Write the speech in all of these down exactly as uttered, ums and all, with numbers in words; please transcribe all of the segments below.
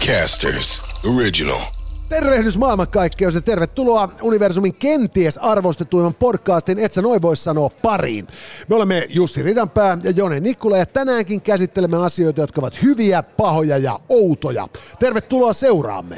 Podcasters Original. Tervehdys maailmankaikkeus ja tervetuloa universumin kenties arvostetuimman podcastin, et sä noin vois sanoa, pariin. Me olemme Jussi Ridanpää ja Jone Nikkula ja tänäänkin käsittelemme asioita, jotka ovat hyviä, pahoja ja outoja. Tervetuloa seuraamme.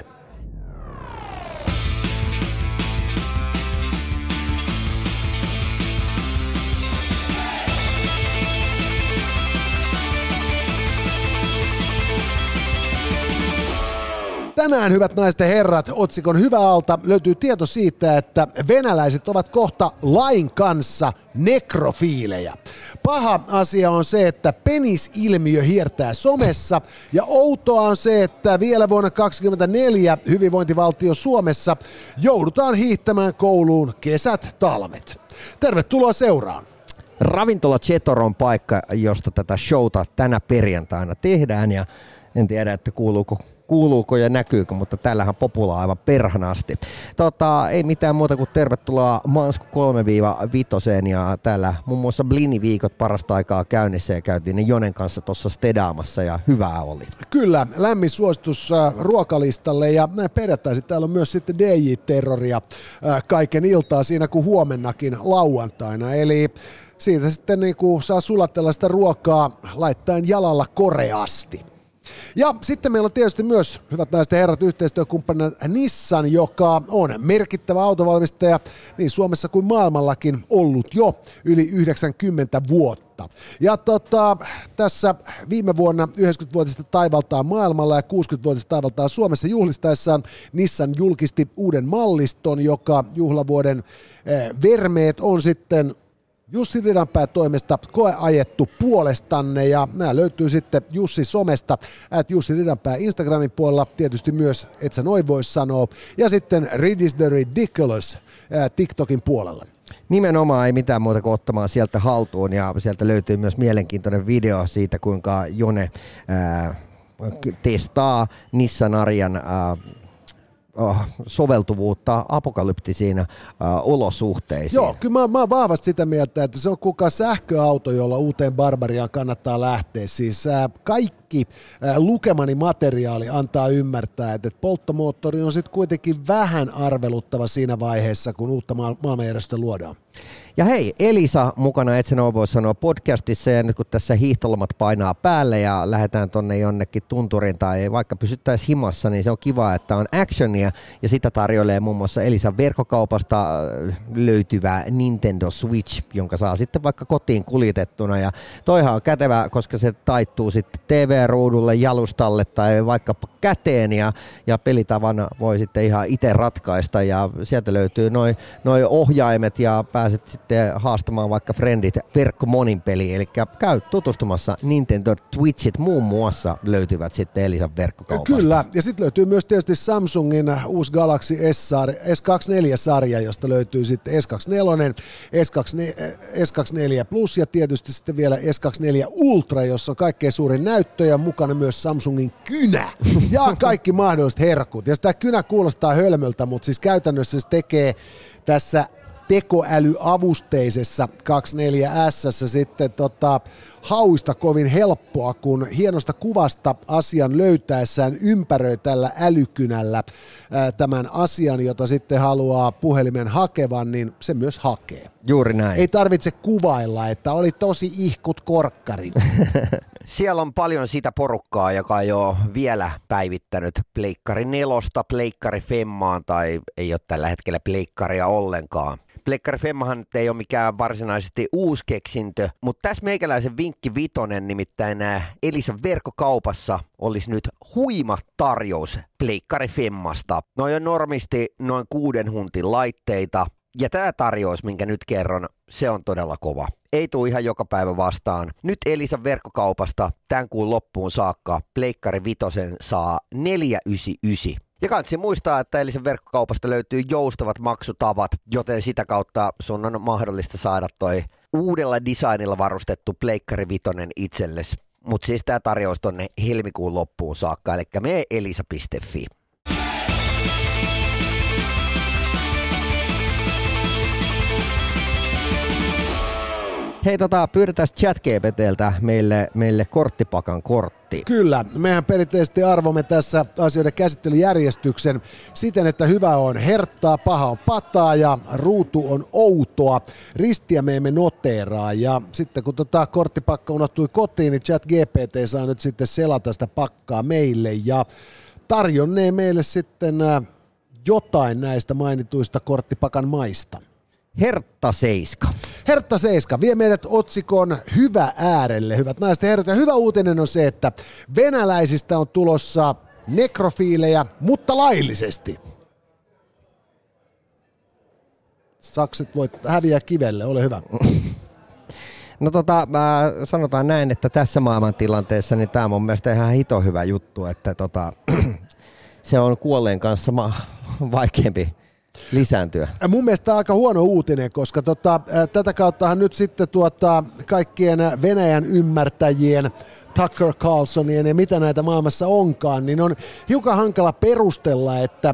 Tänään, hyvät naiset ja herrat, otsikon hyvä alta löytyy tieto siitä, että venäläiset ovat kohta lain kanssa nekrofiilejä. Paha asia on se, että penisilmiö hiertää somessa, ja outoa on se, että vielä vuonna kaksikymmentäneljä hyvinvointivaltio Suomessa joudutaan hiihtämään kouluun kesät, talvet. Tervetuloa seuraan. Ravintola Chetor on paikka, josta tätä showta tänä perjantaina tehdään, ja en tiedä, että kuuluuko Kuuluuko ja näkyykö, mutta täällähän populaa aivan perhanasti. Tota, ei mitään muuta kuin tervetuloa Mansku kolme viitoseen ja täällä muun muassa Blini-viikot parasta aikaa käynnissä ja käytiin ne Jonen kanssa tuossa stedaamassa ja hyvää oli. Kyllä, lämmin suositus äh, ruokalistalle ja näin perjantaisin täällä on myös sitten D J-terroria äh, kaiken iltaa siinä kuin huomennakin lauantaina, eli siitä sitten niin kuin saa sulatella sitä ruokaa laittaen jalalla koreasti. Ja sitten meillä on tietysti myös, hyvät naiset ja herrat, yhteistyökumppanina Nissan, joka on merkittävä autovalmistaja niin Suomessa kuin maailmallakin ollut jo yli yhdeksänkymmentä vuotta. Ja tota, tässä viime vuonna yhdeksänkymmenvuotista taivaltaa maailmalla ja kuusikymmenvuotista taivaltaa Suomessa juhlistaessaan Nissan julkisti uuden malliston, joka juhlavuoden eh, vermeet on sitten Jussi Ridanpää toimesta koeajettu puolestanne, ja nämä löytyy sitten Jussi somesta, at Jussi Ridanpää Instagramin puolella, tietysti myös et sä noin vois sanoa, ja sitten Rid is the Ridiculous ää, TikTokin puolella. Nimenomaan ei mitään muuta kuin ottamaan sieltä haltuun, ja sieltä löytyy myös mielenkiintoinen video siitä, kuinka Jone ää, testaa Nissan Arian ää, Oh, soveltuvuutta apokalyptisiin uh, olosuhteisiin. Joo, kyllä mä, mä oon vahvasti sitä mieltä, että se on kukaan sähköauto, jolla uuteen barbariaan kannattaa lähteä. Siis äh, kaikki äh, lukemani materiaali antaa ymmärtää, että polttomoottori on sitten kuitenkin vähän arveluttava siinä vaiheessa, kun uutta ma- maailmanjärjestöä luodaan. Ja hei, Elisa mukana, et sä noin voi sanoa, podcastissa, ja nyt kun tässä hiihtolomat painaa päälle ja lähdetään tonne jonnekin tunturiin tai vaikka pysyttäisiin himassa, niin se on kiva, että on actionia, ja sitä tarjoilee muun muassa Elisan verkkokaupasta löytyvä Nintendo Switch, jonka saa sitten vaikka kotiin kuljetettuna, ja toihan on kätevä, koska se taittuu sitten T V-ruudulle, jalustalle tai vaikka käteen, ja, ja pelitavan voi sitten ihan itse ratkaista, ja sieltä löytyy noin noi ohjaimet, ja pääset sitten haastamaan vaikka Friendit verkkomonin peliin, eli käy tutustumassa. Nintendo Twitchit muun muassa löytyvät sitten Elisan verkkokaupasta. Kyllä, ja sitten löytyy myös tietysti Samsungin uusi Galaxy S kaksikymmentäneljä-sarja, josta löytyy sitten S kaksikymmentäneljä, S kaksikymmentäneljä Plus ja tietysti sitten vielä S kaksikymmentäneljä Ultra, jossa on kaikkein suurin näyttö ja mukana myös Samsungin kynä ja kaikki mahdolliset herkut. Ja sitä kynä kuulostaa hölmöltä, mutta siis käytännössä se tekee tässä tekoälyavusteisessa kaksikymmentäneljä S:ssä sitten tota, hauista kovin helppoa, kun hienosta kuvasta asian löytäessään ympäröi tällä älykynällä ää, tämän asian, jota sitten haluaa puhelimen hakevan, niin se myös hakee. Juuri näin. Ei tarvitse kuvailla, että oli tosi ihkut korkkarit. Siellä on paljon sitä porukkaa, joka ei ole vielä päivittänyt Pleikkari nelosta Pleikkari Femmaan tai ei ole tällä hetkellä Pleikkaria ollenkaan. Pleikkari Femmahan ei ole mikään varsinaisesti uusi keksintö, mutta tässä meikäläisen vinkki vitonen, nimittäin Elisan verkkokaupassa olisi nyt huima tarjous Pleikkari Femmasta. Noi on normisti noin kuuden huntin laitteita. Ja tämä tarjous, minkä nyt kerron, se on todella kova. Ei tule ihan joka päivä vastaan. Nyt Elisan verkkokaupasta tämän kuun loppuun saakka Pleikkari Vitosen saa neljäsataayhdeksänkymmentäyhdeksän. Ja kannattaa muistaa, että Elisan verkkokaupasta löytyy joustavat maksutavat, joten sitä kautta sun on mahdollista saada toi uudella designilla varustettu Pleikkari Vitonen itsellesi. Mutta siis tämä tarjous tonne helmikuun loppuun saakka, eli mene elisa piste fi. Hei, tota, pyydetään ChatGPTltä meille, meille korttipakan kortti. Kyllä, mehän perinteisesti arvomme tässä asioiden käsittelyjärjestyksen siten, että hyvä on herttaa, paha on pataa ja ruutu on outoa. Ristiä me emme noteeraa ja sitten kun tota korttipakka unohtui kotiin, niin ChatGPT saa nyt sitten selata sitä pakkaa meille ja tarjonnee meille sitten jotain näistä mainituista korttipakan maista. Hertta Seiska. Hertta Seiska vie meidät otsikon hyvä äärelle, hyvät naiset ja herrat. Ja hyvä uutinen on se, että venäläisistä on tulossa nekrofiilejä, mutta laillisesti. Sakset voit häviää kivelle, ole hyvä. No tota, mä sanotaan näin, että tässä maailmantilanteessa niin tämä on mun mielestä ihan hito hyvä juttu, että tota, se on kuolleen kanssa ma- vaikeampi lisääntyä. Mun mielestä aika huono uutinen, koska tota, tätä kauttahan nyt sitten tuota, kaikkien Venäjän ymmärtäjien, Tucker Carlsonien ja mitä näitä maailmassa onkaan, niin on hiukan hankala perustella, että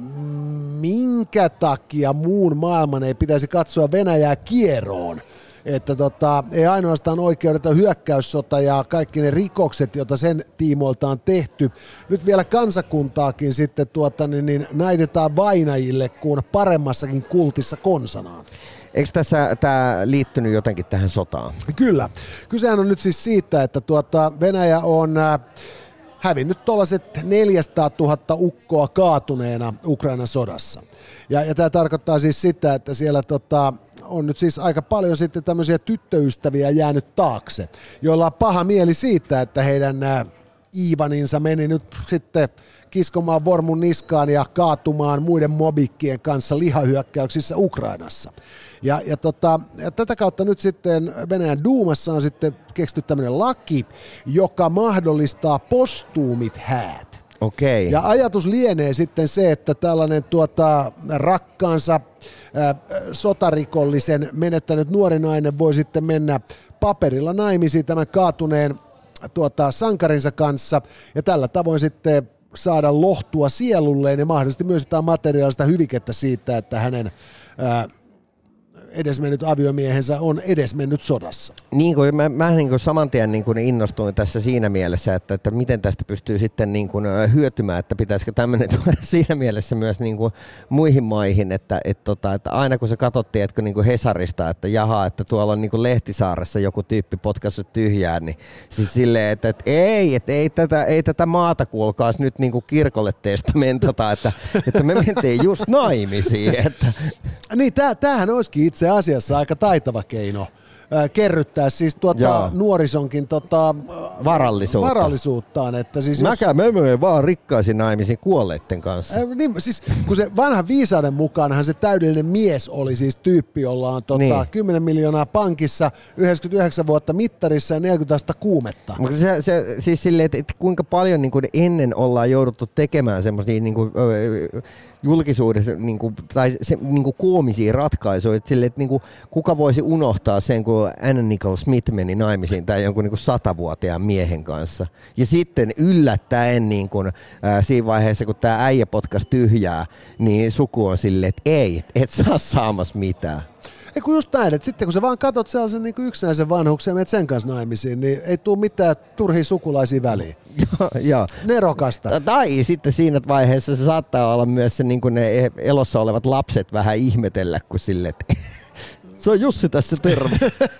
minkä takia muun maailman ei pitäisi katsoa Venäjää kieroon. Että tota, ei ainoastaan oikeudeta hyökkäyssota ja kaikki ne rikokset, joita sen tiimoilta on tehty. Nyt vielä kansakuntaakin sitten tuota, niin, niin naitetaan vainajille kuin paremmassakin kultissa konsanaan. Eikö tässä tämä liittynyt jotenkin tähän sotaan? Kyllä. Kysehän on nyt siis siitä, että tuota, Venäjä on äh, hävinnyt tuollaiset neljäsataatuhatta ukkoa kaatuneena Ukrainan sodassa. Ja, ja tämä tarkoittaa siis sitä, että siellä tota, on nyt siis aika paljon sitten tämmöisiä tyttöystäviä jäänyt taakse, joilla on paha mieli siitä, että heidän äh, Iivaninsa meni nyt sitten kiskomaan vormun niskaan ja kaatumaan muiden mobikkien kanssa lihahyökkäyksissä Ukrainassa. Ja, ja, tota, ja tätä kautta nyt sitten Venäjän duumassa on sitten keksitty tämmöinen laki, joka mahdollistaa postuumit häät. Okei. Ja ajatus lienee sitten se, että tällainen tuota, rakkaansa ää, sotarikollisen menettänyt nuori nainen voi sitten mennä paperilla naimisiin tämän kaatuneen tuota, sankarinsa kanssa ja tällä tavoin sitten saada lohtua sielulleen ja mahdollisesti myös jotain materiaalista hyvikettä siitä, että hänen ää, edesmennyt aviomiehensä on edesmennyt sodassa. Niin kuin, mä, mä niin kuin saman tien niin kuin innostuin tässä siinä mielessä, että, että miten tästä pystyy sitten niin kuin hyötymään, että pitäisikö tämmöinen tuoda siinä mielessä myös niin kuin muihin maihin, että, että, että, että aina kun se katsottiin, että niin kuin Hesarista, että jaha, että tuolla on niin kuin Lehtisaaressa joku tyyppi potkaissut tyhjään, niin siis silleen, että, että ei, että ei tätä, ei tätä maata kuulkaas nyt niin kuin kirkolle testamentata, että, että me mentiin just naimisiin. Että. Niin, tämähän olisikin itse asiassa aika taitava keino ää, kerryttää siis tuota nuorisonkin tota, varallisuutta. varallisuuttaan. Että siis Mäkään jos, me menen vaan rikkaisiin naimisiin kuolleiden kanssa. Ää, niin, siis, kun se vanha viisauden mukaanhan se täydellinen mies oli siis tyyppi, jolla on tota, niin. kymmenen miljoonaa pankissa, yhdeksänkymmentäyhdeksän vuotta mittarissa ja neljäkymmentä astetta kuumetta. Mutta se, se, siis silleen, että, että kuinka paljon niin kuin ennen ollaan jouduttu tekemään semmoisia niin kuin, julkisuudessa niin kuin, tai se, niin kuin koomisia ratkaisuja, että, sille, että niin kuin, kuka voisi unohtaa sen, kun Anna Nicole Smith meni naimisiin tai jonkun niin kuin satavuotiaan miehen kanssa. Ja sitten yllättäen niin kuin, äh, siinä vaiheessa, kun tämä äijä potkas tyhjää, niin suku on silleen, että ei, et saa saamassa mitään. Ei kun just näin, että sitten kun sä vaan katot sellaisen niin kuin yksinäisen vanhuksen ja menet sen kanssa naimisiin, niin ei tule mitään turhia sukulaisia väliin. Joo, joo. Nerokasta. Tai sitten siinä vaiheessa se saattaa olla myös se, niin kuin ne elossa olevat lapset vähän ihmetellä, kun sille, että se on Jussi tässä, terve.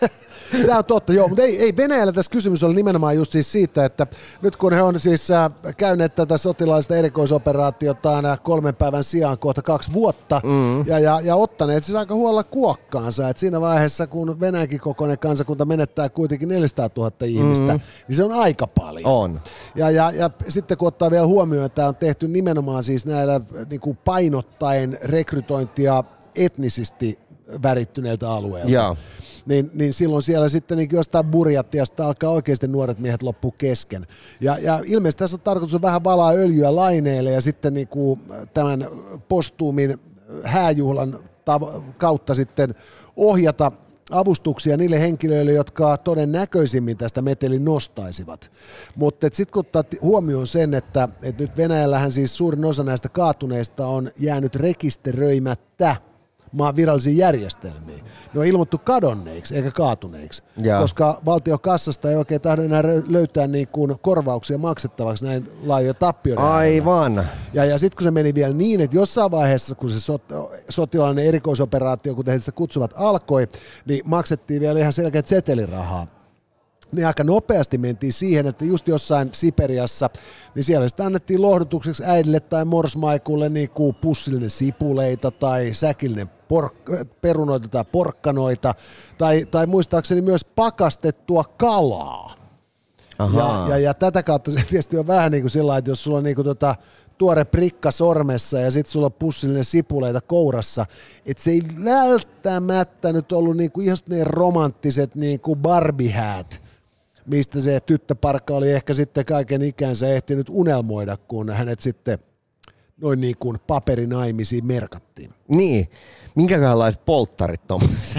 Tämä on totta, joo, mutta ei, ei Venäjällä tässä kysymys oli nimenomaan just siis siitä, että nyt kun he on siis äh, käyneet tätä sotilaallista erikoisoperaatiotaan äh, kolmen päivän sijaan kohta kaksi vuotta mm. ja, ja, ja ottaneet siis aika huolella kuokkaansa, että siinä vaiheessa kun Venäjänkin kokoinen kansakunta menettää kuitenkin neljäsataatuhatta ihmistä, mm. niin se on aika paljon. On. Ja, ja, ja sitten kun ottaa vielä huomioon, että tämä on tehty nimenomaan siis näillä niin kuin painottaen rekrytointia etnisesti värittyneiltä alueilta. Joo. Niin, niin silloin siellä sitten niin jostain burjattiasta alkaa oikeasti nuoret miehet loppua kesken. Ja, ja ilmeisesti tässä on tarkoitus vähän valaa öljyä laineille ja sitten niin kuin tämän postuumin hääjuhlan tav- kautta sitten ohjata avustuksia niille henkilöille, jotka todennäköisimmin tästä metelin nostaisivat. Mutta sitten kun ottaa huomioon sen, että, että nyt Venäjällähän siis suurin osa näistä kaatuneista on jäänyt rekisteröimättä maan virallisiin järjestelmiin. Ne on ilmoittu kadonneiksi eikä kaatuneiksi, ja. koska valtiokassasta ei oikein tahdo enää löytää niin kuin korvauksia maksettavaksi näin laajoja tappioita. Aivan. Ja, ja sitten kun se meni vielä niin, että jossain vaiheessa, kun se sot, sotilainen erikoisoperaatio, kuten he sitä kutsuvat, alkoi, niin maksettiin vielä ihan selkeät setelirahaa. Niin aika nopeasti mentiin siihen, että just jossain Siperiassa, niin siellä sitten annettiin lohdutukseksi äidille tai morsmaikulle niin kuin pussillinen sipuleita tai säkillinen pork- perunoita tai porkkanoita, tai, tai muistaakseni myös pakastettua kalaa. Ja, ja, ja tätä kautta se tietysti on vähän niin kuin sillä, että jos sulla on niin kuin tota tuore prikka sormessa ja sitten sulla on pussillinen sipuleita kourassa, että se ei välttämättä nyt ollut niin kuin ihan ne romanttiset niin kuin Barbie-häät, mistä se tyttöparkka oli ehkä sitten kaiken ikänsä ehtinyt unelmoida, kun hänet sitten noin niin kuin paperinaimisiin merkattiin. Niin, minkälaiset polttarit tuommoisessa?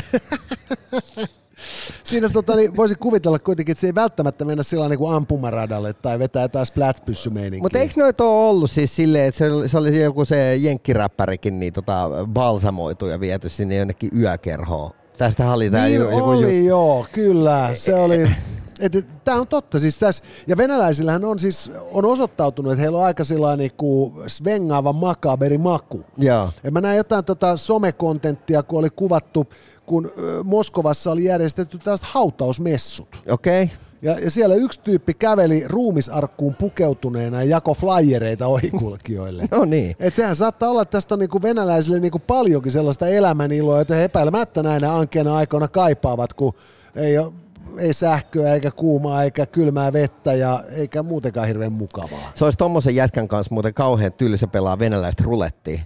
Siinä tota, niin voisi kuvitella kuitenkin, että se ei välttämättä mennä sillä niin kuin ampumaradalle tai vetää jotain splat-pyssymeininkiä. Mutta eikö noita ole ollut siis silleen, että se oli, se oli joku se jenkkiräppärikin niin tota, balsamoitu ja viety sinne jonnekin yökerhoon? Tästähän oli tää niin joku... oli ju- joo, kyllä. Se oli... Tämä on totta. Siis tässä, ja venäläisillähän on, siis, on osoittautunut, että heillä on aika sellainen niin svengaava makaberi maku. Joo. Ja mä näin jotain tota somekontenttia, kun oli kuvattu, kun Moskovassa oli järjestetty tällaiset hautausmessut. Okei. Okay. Ja, ja siellä yksi tyyppi käveli ruumisarkkuun pukeutuneena ja jako flyereita ohikulkijoille. No niin. Et sehän saattaa olla, että tästä on niinku venäläisille niinku paljonkin sellaista elämäniloa, jota he epäilemättä näinä ankeina aikoina kaipaavat, kun ei ole ei sähköä, eikä kuumaa, eikä kylmää vettä ja eikä muutenkaan hirveän mukavaa. Se olisi tommosen jätkän kanssa muuten kauhean tylsä pelaa venäläistä rulettia.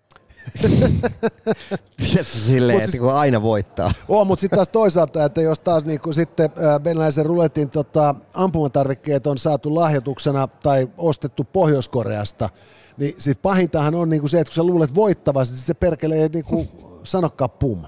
Silleen, että kun aina voittaa. Oo, mutta sitten taas toisaalta, että jos taas niinku sitten venäläisen ruletin tota, ampumatarvikkeet on saatu lahjoituksena tai ostettu Pohjois-Koreasta, niin siis pahintahan on niinku se, että kun sä luulet voittavasti, niin se perkelee niinku sanokaa pum.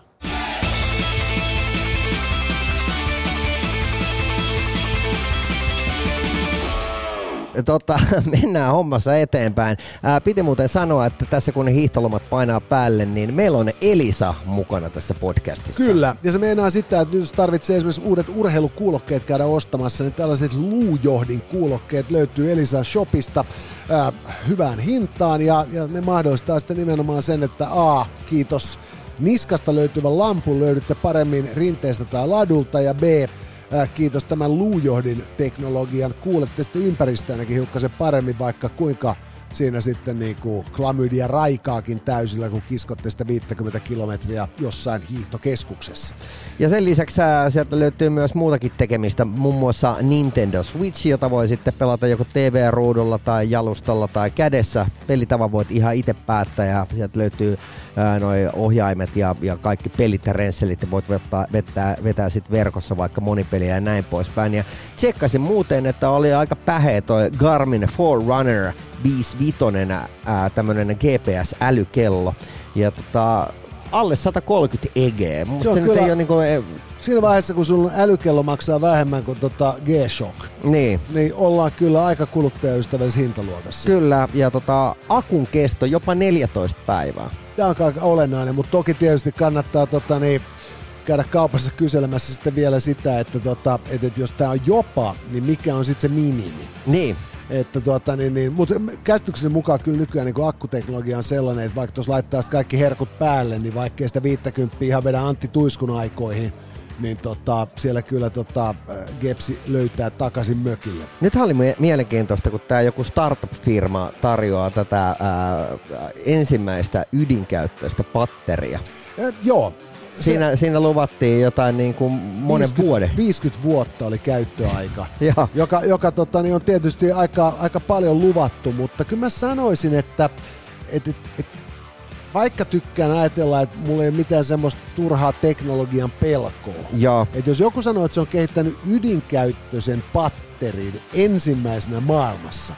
Tota, mennään hommassa eteenpäin. Ää, piti muuten sanoa, että tässä kun ne hiihtolomat painaa päälle, niin meillä on Elisa mukana tässä podcastissa. Kyllä, ja se meinaa sitä, että nyt jos tarvitsee esimerkiksi uudet urheilukuulokkeet käydä ostamassa, niin tällaiset luujohdin kuulokkeet löytyy Elisa Shopista ää, hyvään hintaan, ja, ja ne mahdollistaa sitten nimenomaan sen, että A, kiitos niskasta löytyvän lampun löydätte paremmin rinteestä tai ladulta, ja B, kiitos tämän luujohdin teknologian. Kuulette sitten ympäristöänäkin hiukkasen paremmin, vaikka kuinka siinä sitten niinku klamydia raikaakin täysillä, kun kiskotte sitä viisikymmentä kilometriä jossain hiihtokeskuksessa. Ja sen lisäksi sieltä löytyy myös muutakin tekemistä, muun muassa Nintendo Switch, jota voi sitten pelata joko T V-ruudulla tai jalustalla tai kädessä. Pelitavan voit ihan itse päättää ja sieltä löytyy ää, noi ohjaimet ja, ja kaikki pelit ja rensselit ja voit vetää, vetää, vetää sit verkossa vaikka monipeliä ja näin poispäin. Ja tsekkasin muuten, että oli aika päheä toi Garmin Forerunner viisikymmentäviisi tämmönen G P S-älykello ja tota, alle sata kolmekymmentä egeä. Se se kyllä, niinku, siinä vaiheessa, kun sulla älykello maksaa vähemmän kuin tota G-Shock, niin. niin ollaan kyllä aika kuluttajaystävällisessä hintaluokassa. Kyllä, ja tota, akun kesto jopa neljätoista päivää. Tämä on aika olennainen, mutta toki tietysti kannattaa tota, niin, käydä kaupassa kyselemässä sitten vielä sitä, että, tota, että, että jos tämä on jopa, niin mikä on sitten se minimi? Niin. Että tuota, niin, niin, mutta käsitykseni mukaan kyllä nykyään niin akkuteknologia on sellainen, että vaikka tuossa laittaa kaikki herkut päälle, niin vaikkei sitä viisikymmentä ihan vedä Antti Tuiskun aikoihin, niin tota, siellä kyllä tota, Gepsi löytää takaisin mökille. Nythän oli mielenkiintoista, kun tämä joku startup-firma tarjoaa tätä ää, ensimmäistä ydinkäyttöistä patteria. Ja, joo. Siinä, siinä luvattiin jotain niin kuin monen viisikymmentä, vuoden. viisikymmentä vuotta oli käyttöaika, joka, joka tota, niin on tietysti aika, aika paljon luvattu, mutta kyllä mä sanoisin, että et, et, et, vaikka tykkään ajatella, että mulla ei ole mitään semmoista turhaa teknologian pelkoa. Että jos joku sanoo, että se on kehittänyt ydinkäyttöisen patterin ensimmäisenä maailmassa,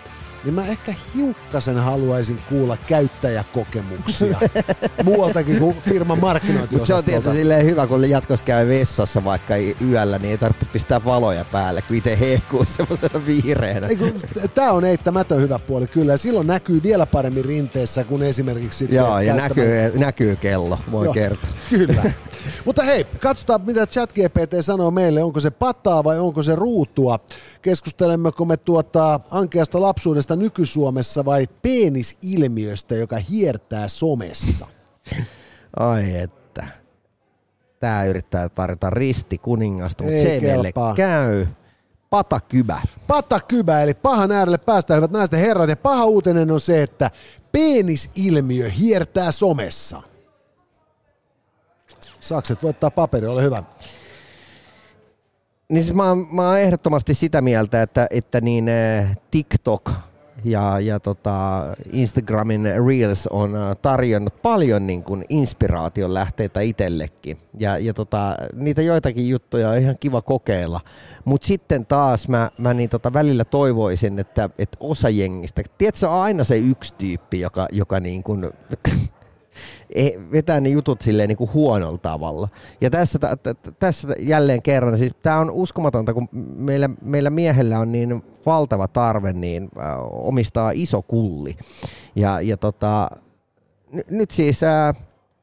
niin mä ehkä hiukkasen haluaisin kuulla käyttäjäkokemuksia muualtakin kuin firman markkinointiosastolta. Se on tietysti silleen hyvä, kun jatkossa käy vessassa vaikka yöllä, niin ei tarvitse pistää valoja päälle, kun itse hehkuu semmoisena vihreänä. Tämä on eittämätön hyvä puoli kyllä, ja silloin näkyy vielä paremmin rinteessä kuin esimerkiksi... Joo, ja näkyy, näkyy kello, voi Joo, kertoa. Kyllä. Mutta hei, katsotaan mitä ChatGPT sanoo meille, onko se pataa vai onko se ruutua. Keskustelemmeko me tuota ankeasta lapsuudesta nyky-Suomessa vai peenisilmiöstä, joka hiertää somessa? Ai että. Tää yrittää tarjota ristikuningasta, mutta Ei se ei meille käy. Patakybä. Patakybä, eli pahan äärelle päästään, hyvät naiset ja herrat. Ja paha uutinen on se, että peenisilmiö hiertää somessa. Sakset voittaa paperi, ole hyvä. Niin siis mä, oon, mä oon ehdottomasti sitä mieltä, että, että niin TikTok ja, ja tota Instagramin Reels on tarjonnut paljon niin kuin inspiraation lähteitä itsellekin. Ja, ja tota, niitä joitakin juttuja on ihan kiva kokeilla. Mutta sitten taas mä, mä niin tota välillä toivoisin, että, että osa jengistä, tiedätkö, on aina se yksi tyyppi, joka, joka niin kuin vetää ne jutut silleen niin kuin huonolla tavalla. Ja tässä, t- tässä jälleen kerran, siis tämä on uskomatonta, kun meillä, meillä miehellä on niin valtava tarve niin äh, omistaa iso kulli. Ja, ja tota, n- nyt siis äh,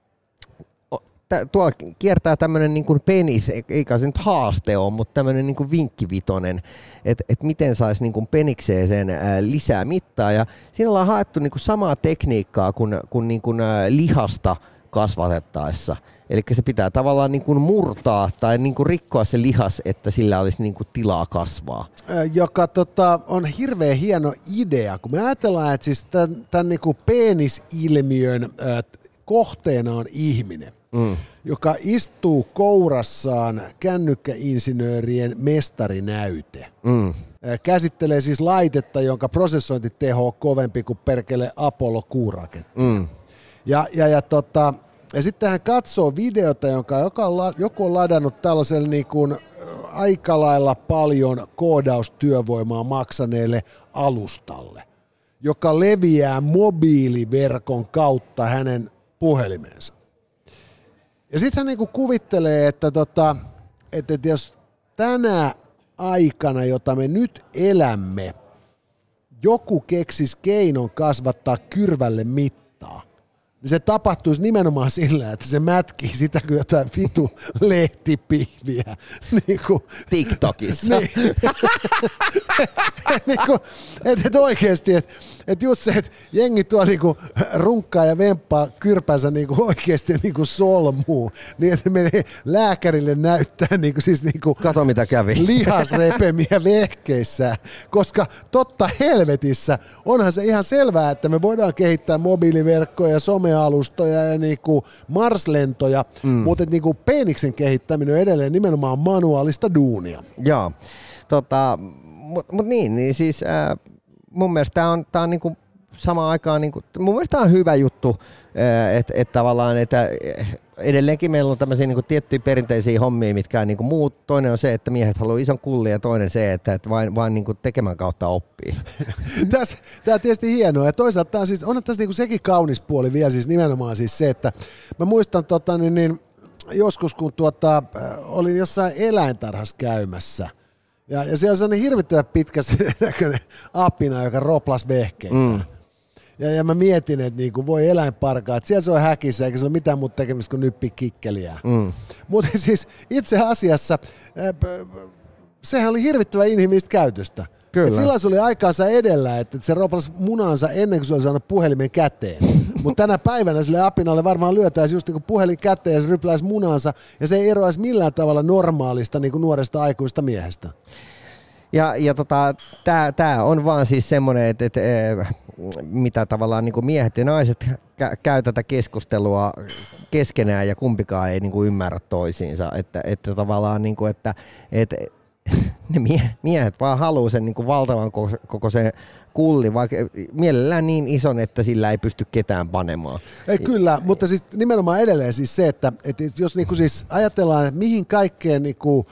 tuo kiertää tämmöinen niin kuin penis, eikä se nyt haaste ole, mutta tämmöinen niin kuin vinkkivitonen, että et miten saisi niin kuin penikseeseen lisää mittaa. Ja siinä ollaan haettu niin kuin samaa tekniikkaa kuin, kuin, niin kuin lihasta kasvatettaessa. Eli se pitää tavallaan niin kuin murtaa tai niin kuin rikkoa se lihas, että sillä olisi niin kuin tilaa kasvaa. Joka tota, on hirveän hieno idea, kun me ajatellaan, että siis tämän, tämän niin kuin penisilmiön äh, kohteena on ihminen. Mm. Joka istuu kourassaan kännykkäinsinöörien mestarinäyte. Mm. Käsittelee siis laitetta, jonka prosessointiteho on kovempi kuin perkele Apollo-kuuraketti. Mm. Ja, ja, ja, tota, ja sitten hän katsoo videota, jonka joku on ladannut tällaiselle niin kuin aika lailla paljon koodaustyövoimaa maksaneelle alustalle, joka leviää mobiiliverkon kautta hänen puhelimeensa. Ja sitten hän niinku kuvittelee, että, tota, että jos tänä aikana, jota me nyt elämme, joku keksisi keinon kasvattaa kyrvälle mittaa, niin se tapahtuisi nimenomaan sillä, että se mätkii sitä kuin jotain vitu lehtipihviä. Niin kuin, TikTokissa. Niin, niin kuin, että et oikeasti, että et just se, että jengi tuo niinku runkkaa ja vemppaa kyrpänsä niinku oikeasti niinku solmuun, niin että menee lääkärille näyttää niinku siis niinku kato mitä kävi. Lihasrepemiä vehkeissä, koska totta helvetissä onhan se ihan selvää, että me voidaan kehittää mobiiliverkkoja ja somealustoja ja niinku Mars-lentoja, mm. mutta niinku peniksen kehittäminen on edelleen nimenomaan manuaalista duunia. Joo, tota, mutta mut niin, niin siis äh, mun mielestä tämä on, tää on niinku samaan aikaan, niinku, mun mielestä tämä on hyvä juttu, että et tavallaan, että edelleenkin meillä on tämmöisiä niinku tiettyjä perinteisiä hommia, mitkä on niinku muut. Toinen on se, että miehet haluaa ison kullin ja toinen se, että et vain, vain niinku tekemään kautta oppii. Tämä on tietysti hienoa ja toisaalta tää on siis, on tässä niinku sekin kaunis puoli vielä siis nimenomaan siis se, että mä muistan tota, niin, niin, joskus kun tuota, olin jossain eläintarhassa käymässä, Ja, ja siellä on sellainen hirvittävän pitkä näköinen apina, joka roplas vehkeitä. Mm. Ja, ja mä mietin, että niinku voi eläinparkaa, että siellä se on häkissä, eikä se ole mitään muuta tekemistä kuin nyppiä kikkeliä. Mm. Mutta siis itse asiassa sehän oli hirvittävän inhimillistä käytöstä. Et silloin se oli aikaansa edellä, että se roplas munansa ennen kuin se oli saanut puhelimen käteen. Mutta tänä päivänä sille apinalle varmaan lyötäisi just niin puhelin käteen ja se rypläisi munansa ja se ei eroaisi millään tavalla normaalista niin kuin nuoresta aikuista miehestä. Ja, ja tota, tämä on vaan siis semmoinen, että, että mitä tavallaan niin kuin miehet ja naiset kä- käy tätä keskustelua keskenään ja kumpikaan ei niin kuin ymmärrä toisiinsa. Että, että tavallaan niin kuin, että, että ne miehet vaan haluaa sen niin kuin valtavan koko, koko se kulli, vaikka mielellään niin ison, että sillä ei pysty ketään panemaan. Ei, kyllä, mutta siis nimenomaan edelleen siis se, että, että jos niin kuin siis ajatellaan, että mihin kaikkeen niin kuin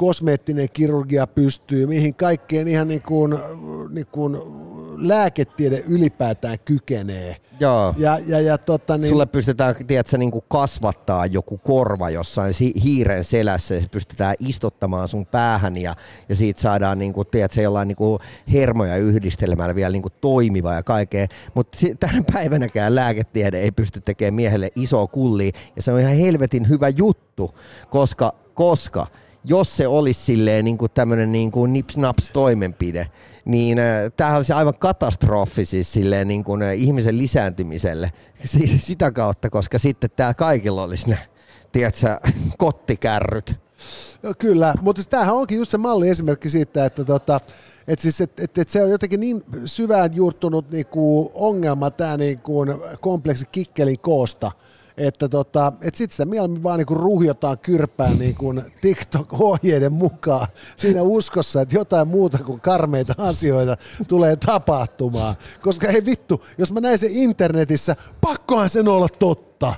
kosmeettinen kirurgia pystyy, mihin kaikkeen ihan niin kuin, niin kuin lääketiede ylipäätään kykenee. Joo. Ja, ja, ja, tota, niin... Sulle pystytään tiedätkö, niin kuin kasvattaa joku korva jossain hiiren selässä ja se pystytään istuttamaan sun päähän ja, ja siitä saadaan niin kuin, tiedätkö, jollain niin kuin hermoja yhdistelemällä vielä niin kuin toimiva ja kaikkea. Mutta tänä päivänäkään lääketiede ei pysty tekemään miehelle isoa kullia ja se on ihan helvetin hyvä juttu, koska, koska jos se olisi silleen niin kuin tämmöinen niin kuin nips-naps toimenpide, niin äh, tämähän olisi aivan katastrofi siis silleen niin kuin äh, ihmisen lisääntymiselle sitä kautta, koska sitten tää kaikilla olisi ne, tiedätkö, kottikärryt. Kyllä, mutta tämähän onkin just se malli esimerkki siitä, että tota, et siis, et, et, et se on jotenkin niin syvään juurtunut niinku ongelma tämä niinku kompleksi kikkelin koosta, että tota, et sitten sitä mieluummin vaan niinku ruhjotaan kyrpään niinku TikTok-ohjeiden mukaan siinä uskossa, että jotain muuta kuin karmeita asioita tulee tapahtumaan. Koska hei vittu, jos mä näin sen internetissä, pakkohan sen olla totta.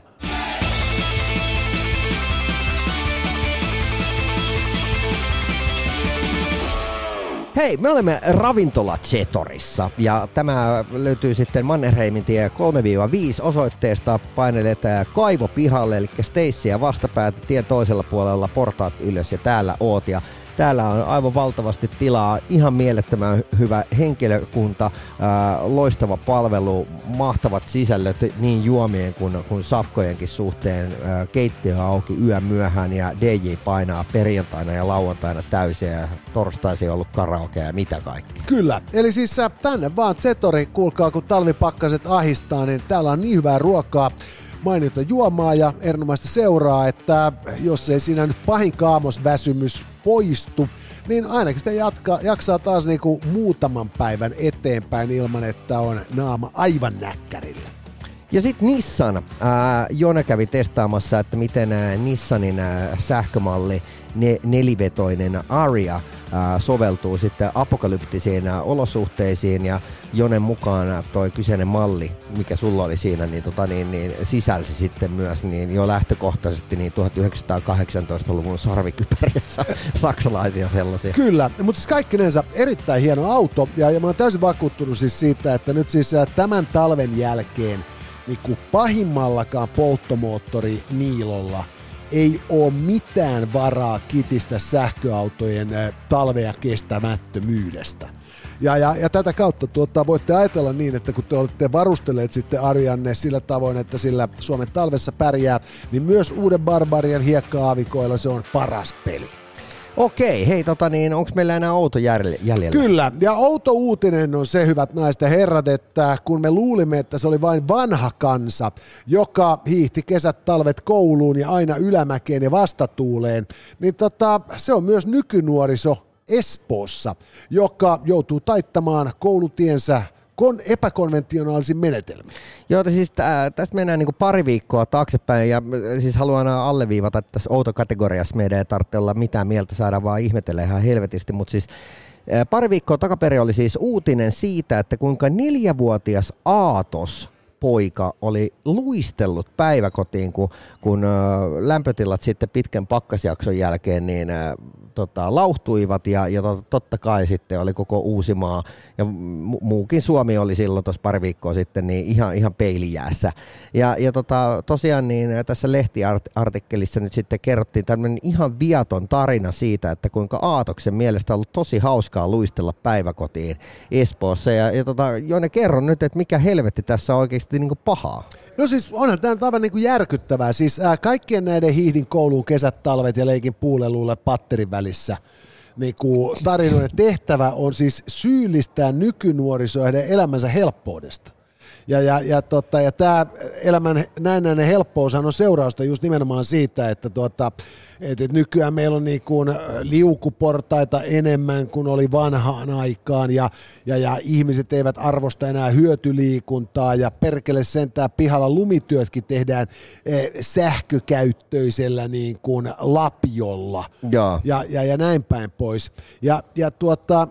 Hei, me olemme Ravintola Zetorissa ja tämä löytyy sitten Mannerheimin tie kolme viisi osoitteesta. Painelet kaivopihalle, eli Stacya vastapäätä tien toisella puolella, portaat ylös ja täällä oot. Ja täällä on aivan valtavasti tilaa, ihan mielettömän hyvä henkilökunta, ää, loistava palvelu, mahtavat sisällöt niin juomien kuin, kuin safkojenkin suhteen, ää, keittiö auki yö myöhään ja D J painaa perjantaina ja lauantaina täysiä ja torstaisin on ollut karaokea ja mitä kaikkea. Kyllä, eli siis tänne vaan Zetori, kuulkaa kun talvipakkaset ahistaa, niin täällä on niin hyvää ruokaa, mainita juomaa ja erinomaista seuraa, että jos ei siinä nyt pahin kaamosväsymys poistu, niin ainakin sitä jatka, jaksaa taas niinku muutaman päivän eteenpäin ilman, että on naama aivan näkkärillä. Ja sitten Nissan. Ää, Jone kävi testaamassa, että miten ää, Nissanin ää, sähkömalli, ne, nelivetoinen Aria, ää, soveltuu sitten apokalyptisiin ää, olosuhteisiin ja Jonen mukaan toi kyseinen malli, mikä sulla oli siinä, niin, tota, niin, niin sisälsi sitten myös niin jo lähtökohtaisesti niin tuhatyhdeksänsataakahdeksantoista-luvun sarvikypäriä saksalaisia sellaisia. Kyllä, mutta siis kaikkinensa erittäin hieno auto ja, ja mä oon täysin vakuuttunut siis siitä, että nyt siis tämän talven jälkeen niin kuin pahimmallakaan polttomoottori Niilolla ei ole mitään varaa kitistä sähköautojen talvea kestämättömyydestä. Ja, ja, ja tätä kautta tuota, voitte ajatella niin, että kun te olette varustelleet sitten Arianne sillä tavoin, että sillä Suomen talvessa pärjää, niin myös uuden Barbarian hiekka-aavikoilla se on paras peli. Okei, hei tota niin, onko meillä enää outo jäljellä? Kyllä, ja outo uutinen on se, hyvät naiset ja herrat, että kun me luulimme, että se oli vain vanha kansa, joka hiihti kesät talvet kouluun ja aina ylämäkeen ja vastatuuleen, niin tota, se on myös nykynuoriso Espoossa, joka joutuu taittamaan koulutiensä kon epäkonventionaalisin menetelmin. Joo, siis tä, tästä mennään niin kuin pari viikkoa taaksepäin ja siis haluan alleviivata, että tässä outokategoriassa meidän ei tarvitse olla mitään mieltä, saada vaan ihmetellä ihan helvetisti, mutta siis pari viikkoa takaperin oli siis uutinen siitä, että kuinka neljävuotias Aatos poika oli luistellut päiväkotiin, kun, kun lämpötilat sitten pitkän pakkasjakson jälkeen niin tota, lauhtuivat ja, ja totta kai sitten oli koko Uusimaa ja muukin Suomi oli silloin tuossa pari viikkoa sitten niin ihan, ihan peilijäässä. Ja, ja tota, tosiaan niin tässä lehtiartikkelissa nyt sitten kerrottiin tämmöinen ihan viaton tarina siitä, että kuinka Aatoksen mielestä on ollut tosi hauskaa luistella päiväkotiin Espoossa. Ja, ja tota, Jone, kerro nyt, että mikä helvetti tässä on oikeasti niin kuin pahaa. No siis onhan tämä aivan niin kuin järkyttävää. Siis ää, kaikkien näiden hiihdin kouluun kesät, talvet ja leikin puuleluille patterin välissä niin kuin tarinoiden tehtävä on siis syyllistää nykynuorisoa heidän elämänsä helppoudesta. Ja, ja, ja, tota, ja tämä elämän näennäinen helppoushan on seurausta just nimenomaan siitä, että tuota, et, et nykyään meillä on niin kuin liukuportaita enemmän kuin oli vanhaan aikaan ja, ja, ja ihmiset eivät arvosta enää hyötyliikuntaa ja perkele sentään pihalla lumityötkin tehdään eh, sähkökäyttöisellä niin kuin lapiolla ja, ja, ja näin päin pois. Ja, ja tuota...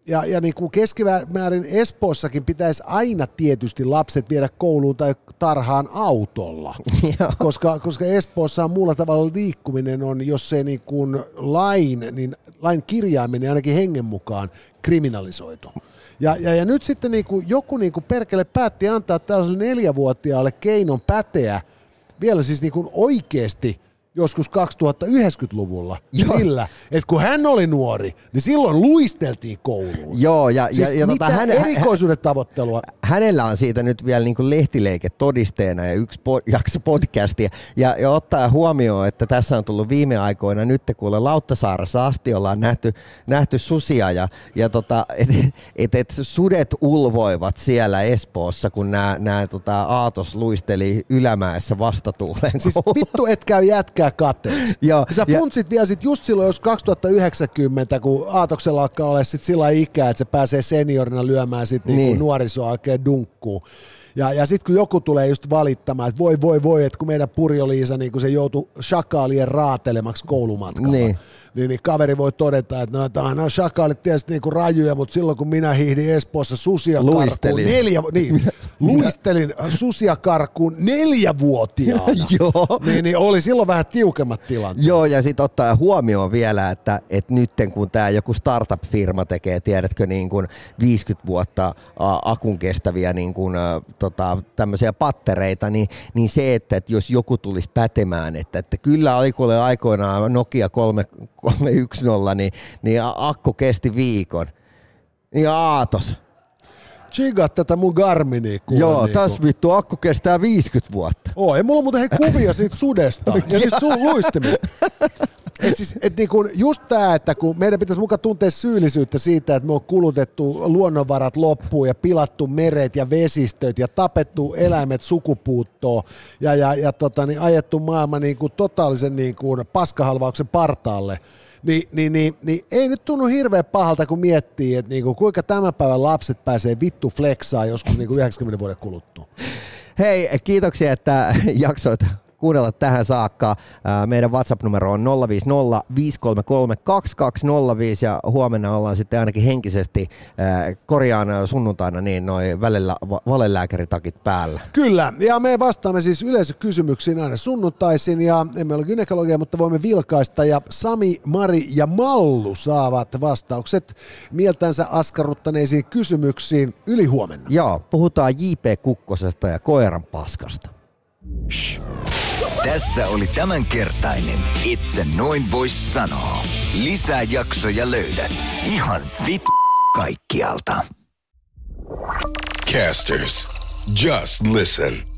Ja, ja niin kuin keskimäärin Espoossakin pitäisi aina tietysti lapset viedä kouluun tai tarhaan autolla, koska, koska Espoossa on muulla tavalla liikkuminen on, jos se niin kuin lain, niin lain kirjaiminen ainakin hengen mukaan kriminalisoitu. Ja, ja, ja nyt sitten niin kuin joku niin kuin perkele päätti antaa tällaiselle neljävuotiaalle keinon päteä vielä siis niin kuin oikeasti joskus kaksituhattayhdeksänkymmentäluvulla Joo. sillä, että kun hän oli nuori, niin silloin luisteltiin kouluun. Joo, ja, siis ja, ja mitä tota, hän, erikoisuuden tavoittelua. Hänellä on siitä nyt vielä niin kuin lehtileike todisteena ja yksi po, jakso podcastia. Ja, ja ottaa huomioon, että tässä on tullut viime aikoina, nyt kuule Lauttasaaressa asti ollaan nähty, nähty susia. Ja, ja tota, että et, et sudet ulvoivat siellä Espoossa, kun nämä, nämä tota, Aatos luisteli Ylämäessä vastatuuleen. Siis vittu et käy jätkää kateeksi. Joo, sä funtsit vielä sit just silloin, jos kaksituhattayhdeksänkymmentä, kun Aatoksella alkaa olla sit sillä ikää, että se pääsee seniorina lyömään sit niinku niin. nuorisoa oikein dunkkuu. Ja, ja sitten kun joku tulee just valittamaan, että voi voi voi, että kun meidän Purjo-Liisa niin kun se joutui shakaalien raatelemaksi koulumatkalla, niin. Niin, niin kaveri voi todeta, että no, nämä shakaalit tietysti niin kuin rajuja, mutta silloin kun minä hiihdin Espoossa susia karkuun neljä, niin, luistelin susia karkuun neljävuotiaana, niin, niin oli silloin vähän tiukemmat tilanteet. Joo, ja sitten ottaa huomioon vielä, että, että nyt kun tämä joku startup-firma tekee, tiedätkö, niin kuin viisikymmentä vuotta ä, akun kestäviä niin kuin, ä, tota, tämmöisiä pattereita, niin, niin se, että, että jos joku tulisi pätemään, että, että kyllä aikoille aikoinaan Nokia kolme yksi nolla, niin, niin akku kesti viikon. Niin Aatos. Chigat tätä mun Garminia. Joo, niinku. Tässä vittu akku kestää viisikymmentä vuotta. Oo, ja mulla on muuten hei kuvia siitä sudesta ja niistä sun luistimista. Et siis, et niinku just tää, että kun meidän pitäisi mukaan tuntea syyllisyyttä siitä, että me on kulutettu luonnonvarat loppuun ja pilattu meret ja vesistöt ja tapettu eläimet sukupuuttoon ja, ja, ja tota, niin ajettu maailman niinku totaalisen niinku paskahalvauksen partaalle, Ni, niin, niin, niin ei nyt tunnu hirveän pahalta, kun miettii, että niinku, kuinka tämän päivän lapset pääsee vittu flexaa joskus niinku yhdeksänkymmentä vuoden kuluttua. Hei, kiitoksia, että jaksoit kuunnella tähän saakka. Meidän WhatsApp-numero on nolla viisi nolla viisi kolme kolme kaksi kaksi nolla viisi ja huomenna ollaan sitten ainakin henkisesti korjaan sunnuntaina niin noi välillä valelääkäritakit päällä. Kyllä, ja me vastaamme siis yleisökysymyksiin aina sunnuntaisin ja emme ole gynekologia, mutta voimme vilkaista ja Sami, Mari ja Mallu saavat vastaukset mieltänsä askarruttaneisiin kysymyksiin yli huomenna. Joo, puhutaan J P Kukkosesta ja koiran paskasta. Shh. Tässä oli tämänkertainen Itse noin vois sanoa. Lisää jaksoja löydät ihan vit kaikkialta. Casters, just listen.